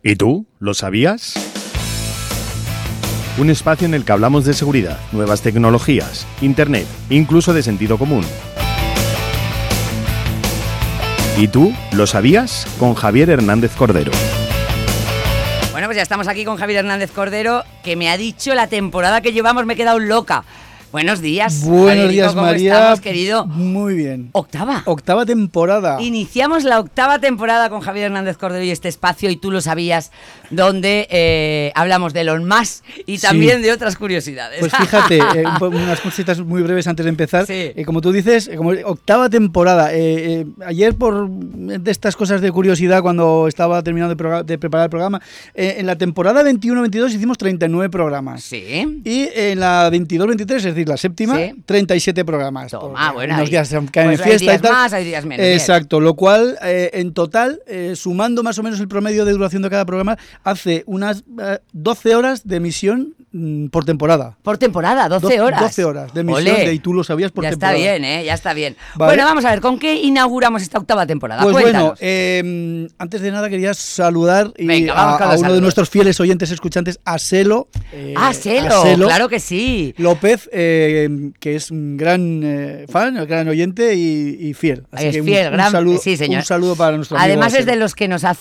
¿Y tú? ¿Lo sabías? Un espacio en el que hablamos de seguridad, nuevas tecnologías, internet, incluso de sentido común. ¿Y tú? ¿Lo sabías? Con Javier Hernández Cordero. Bueno, pues ya estamos aquí con Javier Hernández Cordero, que me ha dicho la temporada que llevamos, me he quedado loca. Buenos días. Buenos días, ¿cómo María. estamos, querido? Muy bien. Octava temporada. Iniciamos la octava temporada con Javier Hernández Cordero y este espacio, y tú lo sabías, donde hablamos de Elon Musk y también de otras curiosidades. Pues fíjate, unas cositas muy breves antes de empezar. Sí. Como tú dices, como octava temporada. Ayer, por de estas cosas de curiosidad, cuando estaba terminando de preparar el programa, en la temporada 21-22 hicimos 39 programas. Sí. Y en la 22-23, es decir, la séptima, Sí. 37 programas. Toma, bueno, unos días caen pues en fiesta hay días y tal. más, hay días menos. Exacto, lo cual en total, sumando más o menos el promedio de duración de cada programa, hace unas 12 horas de emisión por temporada. Por temporada, 12 horas. 12 horas de emisión. Olé. Y tú lo sabías por ya temporada. Ya está bien, ya está bien. Vale. Bueno, vamos a ver, ¿con qué inauguramos esta octava temporada? Pues Cuéntanos. bueno, antes de nada quería saludar Venga, vamos con a los uno saludos. de nuestros fieles oyentes escuchantes, a Selo. Selo, claro que sí. López, que es un gran fan, un gran oyente y fiel. Así Es que fiel, gran saludo, sí, señor. un saludo para nuestro amigo. Además es Selo. de los que nos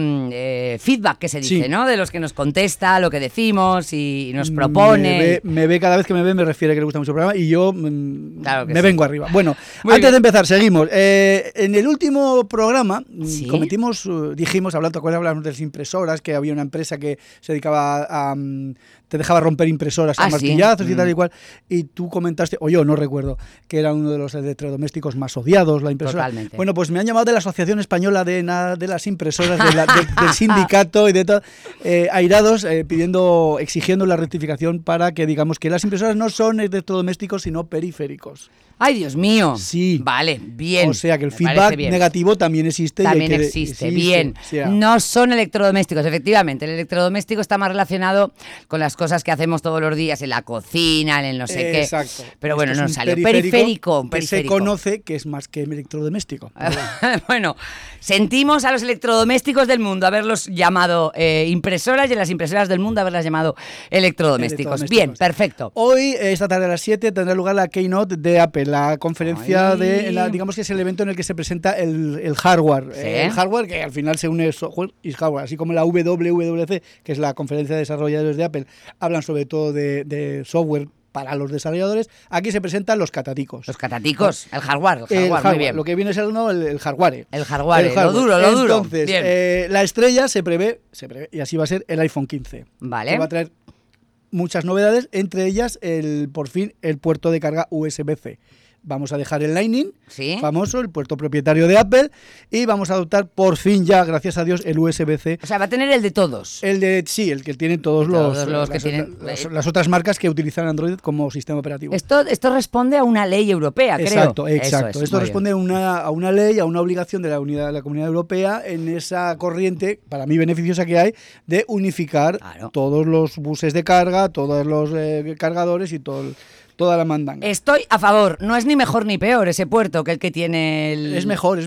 hace feedback, que se dice, Sí. ¿no? De los que nos contesta lo que decimos y nos propone. Me ve cada vez que me refiere que le gusta mucho el programa y yo Claro que me sí. vengo arriba. Bueno, Muy antes bien. de empezar, seguimos. En el último programa Sí. dijimos, hablando, ¿te acuerdas? Hablamos de las impresoras, que había una empresa que se dedicaba a te dejaba romper impresoras a Sí. martillazos y tal y cual, y tú comentaste, o yo no recuerdo, que era uno de los electrodomésticos más odiados, la impresora. Totalmente. Bueno, pues me han llamado de la Asociación Española de las Impresoras, del sindicato y de todo, airados, exigiendo la rectificación para que digamos que las impresoras no son electrodomésticos, sino periféricos. ¡Ay, Dios mío! Sí. Vale, bien. O sea que el Me parece feedback bien. negativo también existe. También existe, bien. Sí. No son electrodomésticos, efectivamente. El electrodoméstico está más relacionado con las cosas que hacemos todos los días en la cocina, en el no sé qué. Exacto. Pero bueno, Esto no es un salió. Un que se periférico. conoce que es más que electrodoméstico. Bueno, sentimos a los electrodomésticos del mundo haberlos llamado impresoras, y a las impresoras del mundo haberlas llamado electrodomésticos. Bien, perfecto. Hoy, esta tarde a las 7, tendrá lugar la Keynote de Apple, la conferencia digamos que es el evento en el que se presenta el hardware. Sí. El hardware que al final se une software y hardware, así como la WWDC, que es la conferencia de desarrolladores de Apple, hablan sobre todo de software para los desarrolladores. Aquí se presentan los cataticos. Los cataticos, el hardware, Hardware, muy bien. lo que viene siendo el hardware. El hardware, lo duro. Entonces, Bien. la estrella se prevé, y así va a ser el iPhone 15. Vale. Que va a traer muchas novedades, entre ellas, por fin, el puerto de carga USB-C. Vamos a dejar el Lightning, ¿Sí? famoso, el puerto propietario de Apple, y vamos a adoptar por fin ya, gracias a Dios, el USB-C. O sea, va a tener el de todos. El que tienen todos los que tienen las otras marcas que utilizan Android como sistema operativo. Esto responde a una ley europea, creo. Exacto. Eso es, Esto muy responde a una ley, a una obligación de la Comunidad Europea en esa corriente, para mí beneficiosa, que hay de unificar todos los buses de carga, todos los cargadores y toda la mandanga. Estoy a favor. No es ni mejor ni peor ese puerto que el que tiene el... Es mejor.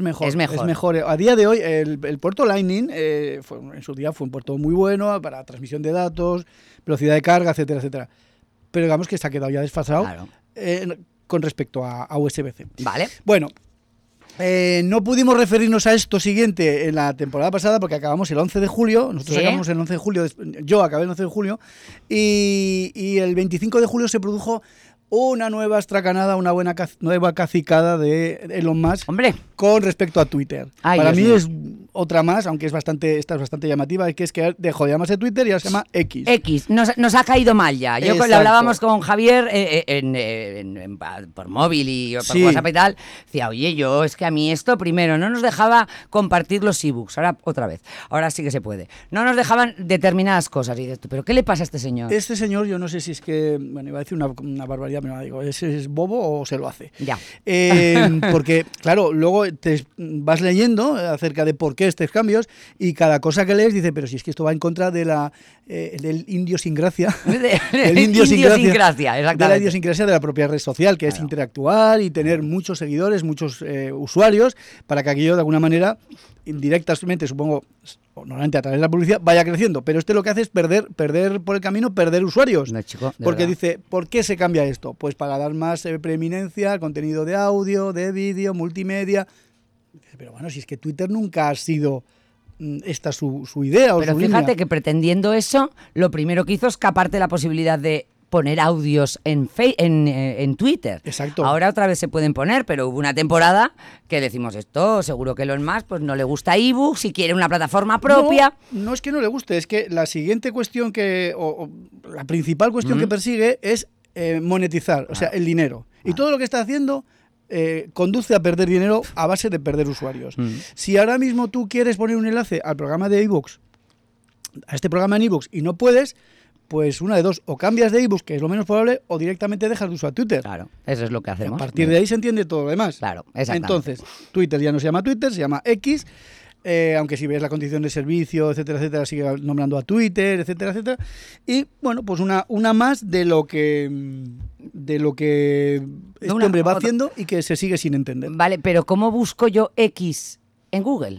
A día de hoy, el puerto Lightning en su día fue un puerto muy bueno para transmisión de datos, velocidad de carga, etcétera, etcétera. Pero digamos que se ha quedado ya desfasado con respecto a USB-C. Vale. Bueno, no pudimos referirnos a esto siguiente en la temporada pasada porque acabamos el 11 de julio. Nosotros acabamos el 11 de julio, yo acabé el 11 de julio, y el 25 de julio se produjo una nueva estracanada, una nueva cacicada de Elon Musk. Hombre. Con respecto a Twitter. Ay, para Dios mí mío. es otra más, aunque esta es bastante llamativa, es que dejó de llamarse Twitter y ahora se llama X. X, nos ha caído mal ya. Yo Exacto. lo hablábamos con Javier por móvil y por WhatsApp y tal. Decía, oye, es que a mí esto primero no nos dejaba compartir los ebooks. Ahora otra vez. Ahora sí que se puede. No nos dejaban determinadas cosas. Y dices tú, ¿pero qué le pasa a este señor? Este señor, yo no sé si es que, bueno, iba a decir una barbaridad, pero no digo, ¿es bobo o se lo hace? Ya. Porque, claro, luego te vas leyendo acerca de por qué estos cambios y cada cosa que lees dice, pero si es que esto va en contra de del idiosincrasia. Idiosincrasia, exactamente. De la idiosincrasia de la propia red social, que es interactuar y tener muchos seguidores, muchos usuarios, para que aquello de alguna manera, indirectamente, supongo, o normalmente a través de la publicidad, vaya creciendo. Pero lo que hace es perder por el camino, perder usuarios. No, chico, porque verdad. dice, ¿por qué se cambia esto? Pues para dar más preeminencia al contenido de audio, de vídeo, multimedia. Pero bueno, si es que Twitter nunca ha sido esta su idea o Pero su fíjate línea. que pretendiendo eso, lo primero que hizo es escaparte la posibilidad de poner audios en Twitter. Exacto. Ahora otra vez se pueden poner, pero hubo una temporada que decimos esto, seguro que Elon Musk pues no le gusta ebook, si quiere una plataforma propia. No es que no le guste, es que la siguiente cuestión o la principal cuestión que persigue es monetizar, o sea, el dinero. Y todo lo que está haciendo conduce a perder dinero a base de perder usuarios. Si ahora mismo tú quieres poner un enlace al programa de iVoox, a este programa en iVoox, y no puedes, pues una de dos, o cambias de iVoox, que es lo menos probable, o directamente dejas de usar Twitter. Claro, eso es lo que hacemos. A partir de ahí se entiende todo lo demás. Claro, exactamente. Entonces, Twitter ya no se llama Twitter, se llama X, aunque si ves la condición de servicio, etcétera, etcétera, sigue nombrando a Twitter, etcétera, etcétera. Y bueno, pues una más de lo que este hombre va haciendo y que se sigue sin entender. Vale, pero ¿cómo busco yo X en Google?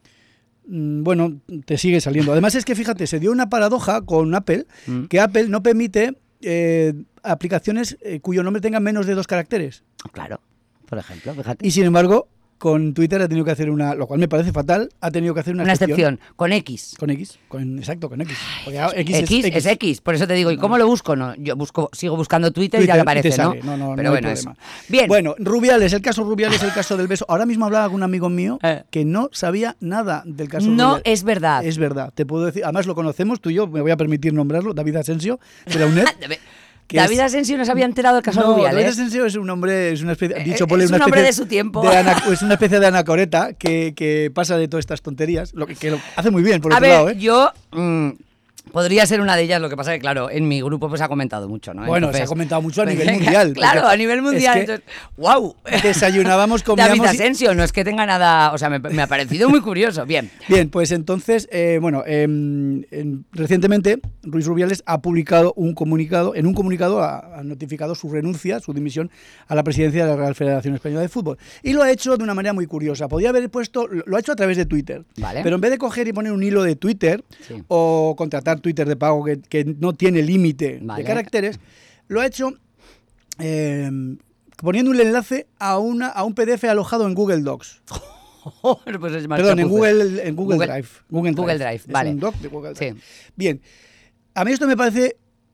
Bueno, te sigue saliendo. Además es que, fíjate, se dio una paradoja con Apple, que Apple no permite aplicaciones cuyo nombre tenga menos de 2 caracteres. Claro, por ejemplo, fíjate. Y sin embargo, con Twitter ha tenido que hacer lo cual me parece fatal, ha tenido que hacer una excepción. Con X. Con X, exacto, con X. Porque X es X, por eso te digo, ¿y cómo lo busco? No, yo sigo buscando Twitter y ya me aparece, te sale. ¿no? no Pero bueno, hay eso. problema. Bien. Bueno, el caso Rubiales, el caso del beso. Ahora mismo hablaba con un amigo mío que no sabía nada del caso No Rubiales. es verdad. Es verdad, te puedo decir, además lo conocemos, tú y yo, me voy a permitir nombrarlo, David Asensio, de la UNED. David Asensio no se había enterado del caso Rubiales. David Asensio es un hombre, es una especie, es un hombre de su tiempo. Es una especie de anacoreta que pasa de todas estas tonterías, que lo hace muy bien, por otro lado. Yo podría ser una de ellas, lo que pasa que, claro, en mi grupo pues se ha comentado mucho, ¿no? Bueno, se ha comentado mucho a nivel mundial. Claro, a nivel mundial. Es que entonces, ¡wow! Desayunábamos, comíamos... David Asensio, no es que tenga nada... O sea, me ha parecido muy curioso. Bien. Bien, pues entonces, recientemente Ruiz Rubiales ha publicado un comunicado, ha notificado su renuncia, su dimisión a la presidencia de la Real Federación Española de Fútbol. Y lo ha hecho de una manera muy curiosa. Podría haber lo ha hecho a través de Twitter. Vale. Pero en vez de coger y poner un hilo de Twitter o contratar Twitter de pago que no tiene límite de caracteres, lo ha hecho poniendo un enlace a un PDF alojado en Google Docs. Pues es Perdón, en Google Drive. Google Drive, es vale. un doc de Google Drive. Sí. Bien, a mí esto me parece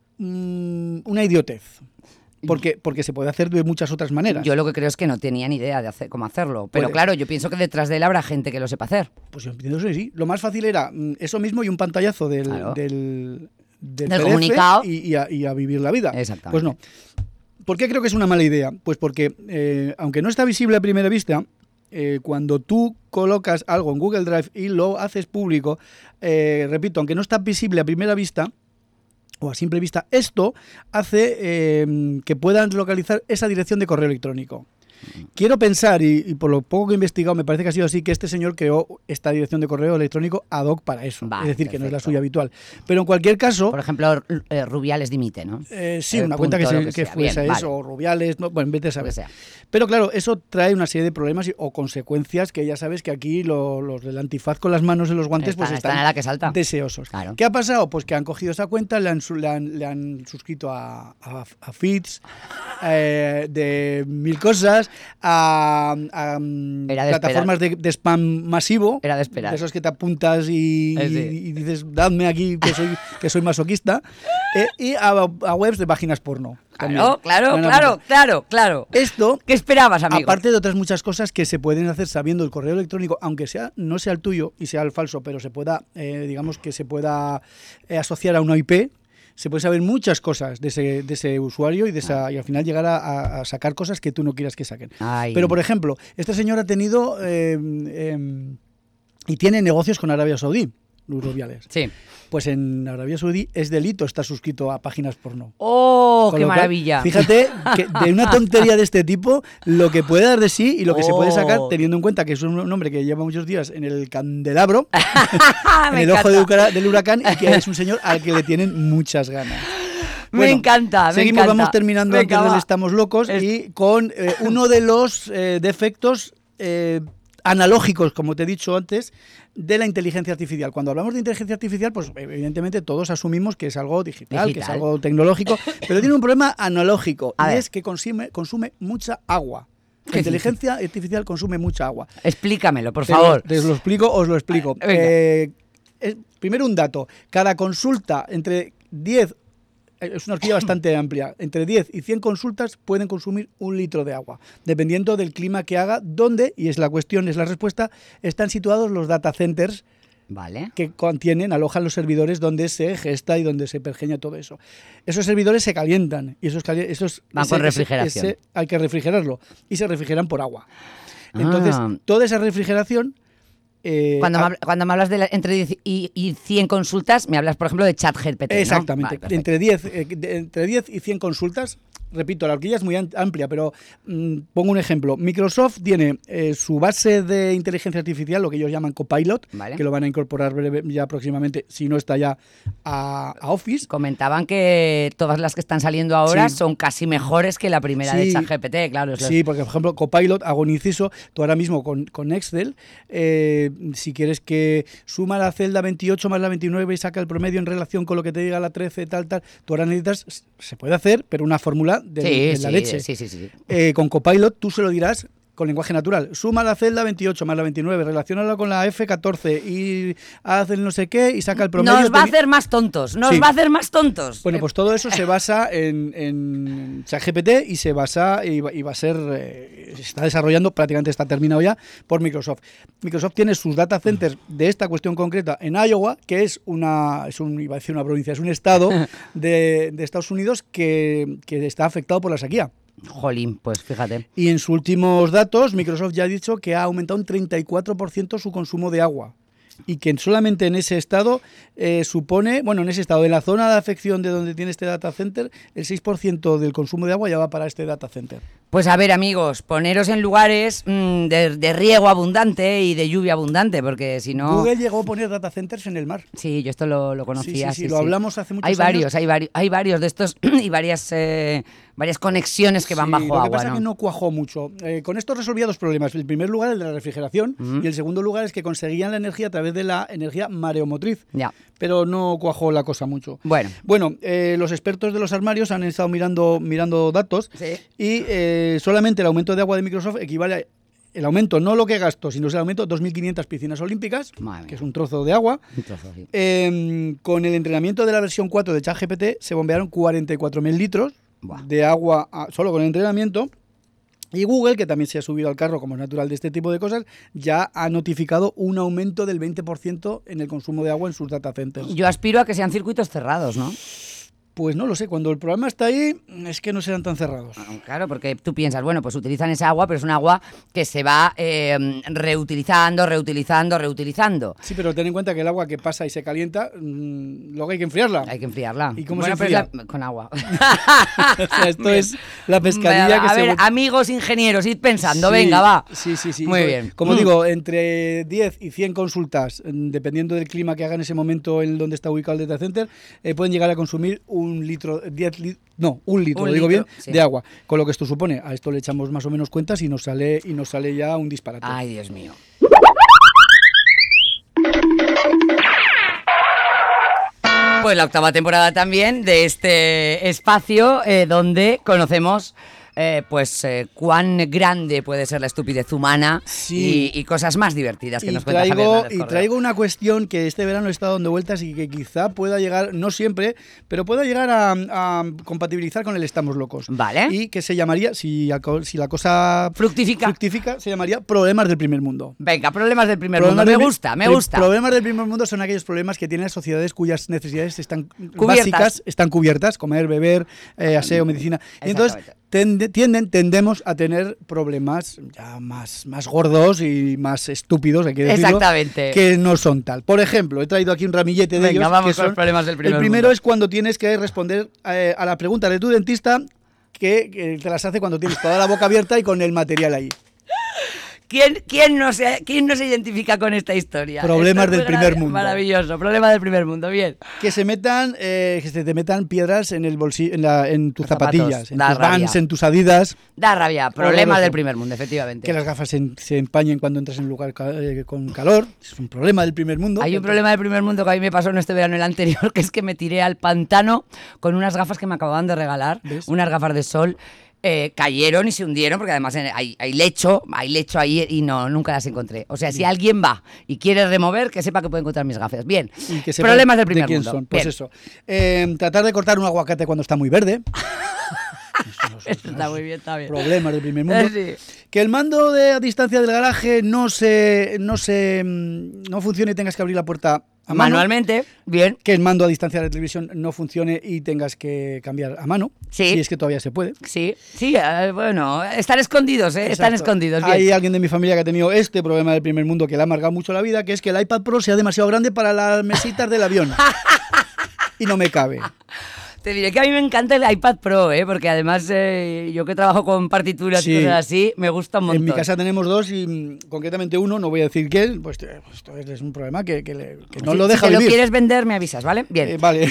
una idiotez. Porque se puede hacer de muchas otras maneras. Yo lo que creo es que no tenía ni idea de cómo hacerlo. Pero Puede. claro, yo pienso que detrás de él habrá gente que lo sepa hacer. Pues yo entiendo que sí. Lo más fácil era eso mismo y un pantallazo del PDF comunicado y a vivir la vida. Exactamente. Pues no. ¿Por qué creo que es una mala idea? Pues porque, aunque no está visible a primera vista, cuando tú colocas algo en Google Drive y lo haces público, repito, aunque no está visible a primera vista, o a simple vista, esto hace que puedan localizar esa dirección de correo electrónico. Quiero pensar, y por lo poco que he investigado, me parece que ha sido así, que este señor creó esta dirección de correo electrónico ad hoc para eso. Vale, es decir, que no es la perfecto. suya habitual. Pero en cualquier caso... Por ejemplo, Rubiales dimite, ¿no? Sí, una cuenta que sea. fuese Bien, eso, vale. o Rubiales, bueno, vete a saber. Lo que sea. Pero claro, eso trae una serie de problemas o consecuencias que ya sabes que aquí los del antifaz con las manos en los guantes Están a la que salta. deseosos. Claro. ¿Qué ha pasado? Pues que han cogido esa cuenta, le han suscrito a feeds de mil cosas, a plataformas de spam masivo. Era de esperar. De esos que te apuntas y dices, dadme aquí que soy masoquista. Y a webs de páginas porno. Claro. Esto, ¿Qué esperabas, amigo? aparte de otras muchas cosas que se pueden hacer sabiendo el correo electrónico, aunque no sea el tuyo y sea el falso, pero se pueda, digamos que se pueda asociar a una IP, se puede saber muchas cosas de ese usuario y al final llegar a sacar cosas que tú no quieras que saquen. Ay. Pero, por ejemplo, este señor ha tenido y tiene negocios con Arabia Saudí, Luis Rubiales. Sí. Pues en Arabia Saudí es delito estar suscrito a páginas porno. ¡Oh, Con qué lo cual, maravilla! Fíjate que de una tontería de este tipo, lo que puede dar de sí y lo que se puede sacar, teniendo en cuenta que es un hombre que lleva muchos días en el candelabro, en el ojo del huracán, y que es un señor al que le tienen muchas ganas. Me encanta. Seguimos, vamos terminando antes del Estamos Locos y con uno de los defectos analógicos, como te he dicho antes, de la inteligencia artificial. Cuando hablamos de inteligencia artificial, pues evidentemente todos asumimos que es algo digital, que es algo tecnológico, pero tiene un problema analógico, y es que consume mucha agua. La inteligencia artificial consume mucha agua. Explícamelo, por favor. Os lo explico. Primero un dato. Cada consulta entre 10... Es una horquilla bastante amplia. Entre 10 y 100 consultas pueden consumir 1 litro de agua, dependiendo del clima que haga, donde, y es la cuestión, es la respuesta, están situados los data centers, vale, que alojan los servidores donde se gesta y donde se pergeña todo eso. Esos servidores se calientan y esos van con refrigeración. Hay que refrigerarlo y se refrigeran por agua. Entonces, toda esa refrigeración... Cuando me hablas de entre 10 y 100 consultas, me hablas, por ejemplo, de ChatGPT, ¿no? Exactamente. Vale, entre 10 y 100 consultas, repito, la horquilla es muy amplia, pero pongo un ejemplo. Microsoft tiene su base de inteligencia artificial, lo que ellos llaman Copilot, que lo van a incorporar ya próximamente, si no está ya a Office. Comentaban que todas las que están saliendo ahora son casi mejores que la primera de ChatGPT, claro. Sí, porque, por ejemplo, Copilot, hago un inciso, tú ahora mismo con Excel... si quieres que suma la celda 28 más la 29 y saca el promedio en relación con lo que te diga la 13, tal, tú ahora necesitas, se puede hacer, pero una fórmula de la leche. Sí. Con Copilot tú se lo dirás con lenguaje natural. Suma la celda 28 más la 29, relaciónala con la F14 y haz el no sé qué y saca el promedio. Nos va a hacer más tontos, va a hacer más tontos. Bueno, pues todo eso se basa en ChatGPT y se basa y va a ser, se está desarrollando, prácticamente está terminado ya, por Microsoft. Microsoft tiene sus data centers de esta cuestión concreta en Iowa, que es iba a decir una provincia, es un estado de Estados Unidos que está afectado por la sequía. Jolín, pues fíjate. Y en sus últimos datos, Microsoft ya ha dicho que ha aumentado un 34% su consumo de agua. Y que solamente en ese estado supone, en ese estado, en la zona de afección de donde tiene este data center, el 6% del consumo de agua ya va para este data center. Pues a ver, amigos, poneros en lugares de riego abundante y de lluvia abundante, porque si no... Google llegó a poner data centers en el mar. Sí, yo esto lo conocía. Sí, lo hablamos hace muchos años. Hay Hay varios de estos y varias conexiones que van bajo agua. Lo que pasa es que no cuajó mucho. Con esto resolvía dos problemas. El primer lugar, el de la refrigeración, y el segundo lugar es que conseguían la energía a través de la energía mareomotriz. Ya. Pero no cuajó la cosa mucho. Bueno, los expertos de los armarios han estado mirando datos y solamente el aumento de agua de Microsoft equivale a el aumento, no lo que gasto, sino el aumento, 2.500 piscinas olímpicas, que es un trozo de agua. Un trozo, sí. Con el entrenamiento de la versión 4 de ChatGPT se bombearon 44.000 litros de agua solo con el entrenamiento. Y Google, que también se ha subido al carro, como es natural de este tipo de cosas, ya ha notificado un aumento del 20% en el consumo de agua en sus data centers. Yo aspiro a que sean circuitos cerrados, ¿no? Pues no lo sé, cuando el problema está ahí, es que no sean tan cerrados. Claro, porque tú piensas, pues utilizan esa agua, pero es un agua que se va reutilizando. Sí, pero ten en cuenta que el agua que pasa y se calienta, luego hay que enfriarla. Hay que enfriarla. ¿Y cómo se enfría? Con agua. O sea, esto es la pescadilla que a ver, amigos ingenieros, id pensando, venga, va. Sí. Muy bien. Como digo, entre 10 y 100 consultas, dependiendo del clima que haga en ese momento en donde está ubicado el data center, pueden llegar a consumir un litro, de agua. Con lo que esto supone, a esto le echamos más o menos cuentas y nos sale ya un disparate. Ay, Dios mío. Pues la octava temporada también de este espacio donde conocemos cuán grande puede ser la estupidez humana y cosas más divertidas que nos cuenta Javier Hernández Cordero. Y traigo una cuestión que este verano he estado dando vueltas y que quizá pueda llegar, no siempre, pero pueda llegar a compatibilizar con el Estamos Locos. Vale. Y que se llamaría, si la cosa fructifica, se llamaría problemas del primer mundo. Venga, problemas del primer mundo. Me gusta. Problemas del primer mundo son aquellos problemas que tienen las sociedades cuyas necesidades básicas están cubiertas, comer, beber, aseo, medicina. Y entonces tendemos a tener problemas ya más gordos y más estúpidos, hay que decirlo, exactamente, que no son tal. Por ejemplo, he traído aquí un ramillete de ellos. Vamos con los problemas del primer mundo. El primero es cuando tienes que responder a la pregunta de tu dentista que te las hace cuando tienes toda la boca abierta y con el material ahí. ¿Quién no se identifica con esta historia? Problemas del primer mundo. Maravilloso, problema del primer mundo, bien. Que se te metan piedras en el bolsillo, en tus zapatillas, en tus Vans, en tus Adidas. Da rabia, problemas del primer mundo, efectivamente. Que las gafas se empañen cuando entras en un lugar con calor, es un problema del primer mundo. Hay un problema del primer mundo que a mí me pasó en este verano, el anterior, que es que me tiré al pantano con unas gafas que me acababan de regalar, ¿ves? Unas gafas de sol. Cayeron y se hundieron porque además hay lecho ahí y nunca las encontré. O sea, si alguien va y quiere remover, que sepa que puede encontrar mis gafas. Bien, y que problemas del primer quién mundo. Son. Pues eso. Tratar de cortar un aguacate cuando está muy verde. Eso está muy bien, está bien. Problemas del primer mundo. Sí. Que el mando a distancia del garaje no funcione y tengas que abrir la puerta a mano. Manualmente, bien. Que el mando a distancia de la televisión no funcione y tengas que cambiar a mano. Sí. Si es que todavía se puede. Sí, bueno, están escondidos, están escondidos. Bien. Hay alguien de mi familia que ha tenido este problema del primer mundo que le ha amargado mucho la vida, que es que el iPad Pro sea demasiado grande para las mesitas del avión. Y no me cabe. Te diré que a mí me encanta el iPad Pro, porque además yo que trabajo con partituras y cosas así, me gusta un montón. En mi casa tenemos dos y concretamente uno, no voy a decir qué, pues esto es un problema que no lo deja vivir. Si lo quieres vender, me avisas, ¿vale? Bien. Vale.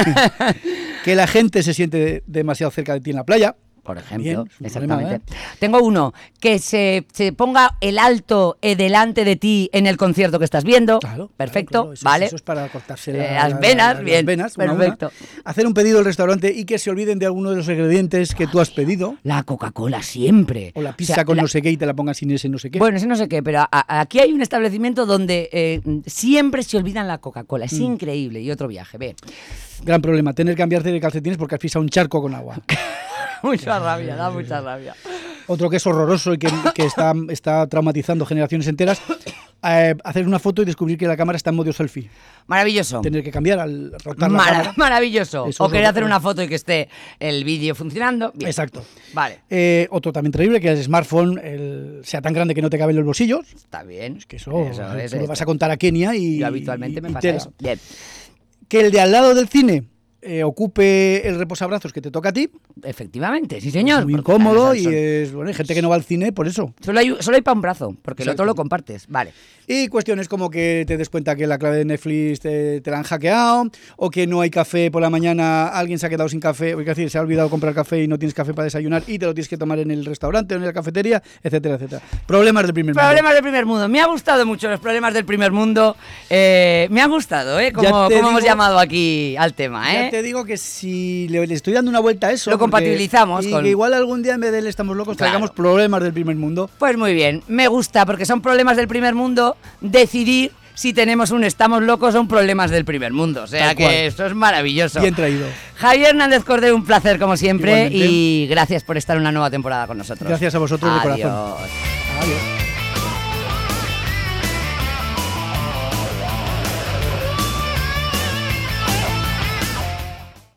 Que la gente se siente demasiado cerca de ti en la playa. Por ejemplo, bien, exactamente. Problema, Tengo uno, que se ponga el alto delante de ti en el concierto que estás viendo. Claro, perfecto, claro. ¿vale? Eso es para cortarse las venas, bien, las venas, perfecto. Hacer un pedido al restaurante y que se olviden de alguno de los ingredientes que tú has pedido. La Coca-Cola siempre. O la pizza con no sé qué y te la pongas sin ese no sé qué. Bueno, ese no sé qué, pero aquí hay un establecimiento donde siempre se olvidan la Coca-Cola. Es increíble. Y otro viaje, ve. Gran problema, tener que cambiarte de calcetines porque has pisado un charco con agua. Mucha rabia, da mucha rabia. Otro que es horroroso y que está traumatizando generaciones enteras, hacer una foto y descubrir que la cámara está en modo selfie. Maravilloso. Tener que cambiar al rotar la cámara. Maravilloso. Eso o querer hacer una foto y que esté el vídeo funcionando. Bien. Exacto. Vale. Otro también terrible, que el smartphone sea tan grande que no te cabe en los bolsillos. Está bien. Es que eso es lo vas a contar a Kenia y... Yo habitualmente me pasa tela. eso. Bien. Que el de al lado del cine ocupe el reposabrazos que te toca a ti. Efectivamente, sí señor. Es muy incómodo y hay gente que no va al cine por eso. Solo hay para un brazo, porque Exacto. el otro lo compartes. Vale. Y cuestiones como que te des cuenta que la clave de Netflix te la han hackeado, o que no hay café por la mañana, alguien se ha quedado sin café, o se ha olvidado comprar café y no tienes café para desayunar y te lo tienes que tomar en el restaurante o en la cafetería, etcétera, etcétera. Problemas del primer mundo. Problemas del primer mundo. Me ha gustado mucho los problemas del primer mundo. Me ha gustado, como hemos llamado aquí al tema. Ya te digo que si le estoy dando una vuelta a eso... Lo compatibilizamos y con... que igual algún día en vez de Estamos Locos traigamos problemas del primer mundo. Pues muy bien, me gusta, porque son problemas del primer mundo decidir si tenemos un Estamos Locos o un Problemas del primer mundo. O sea que eso es maravilloso. Bien traído. Javier Hernández Cordero, un placer como siempre. Igualmente. Y gracias por estar una nueva temporada con nosotros. Gracias a vosotros de corazón. Adiós. Adiós.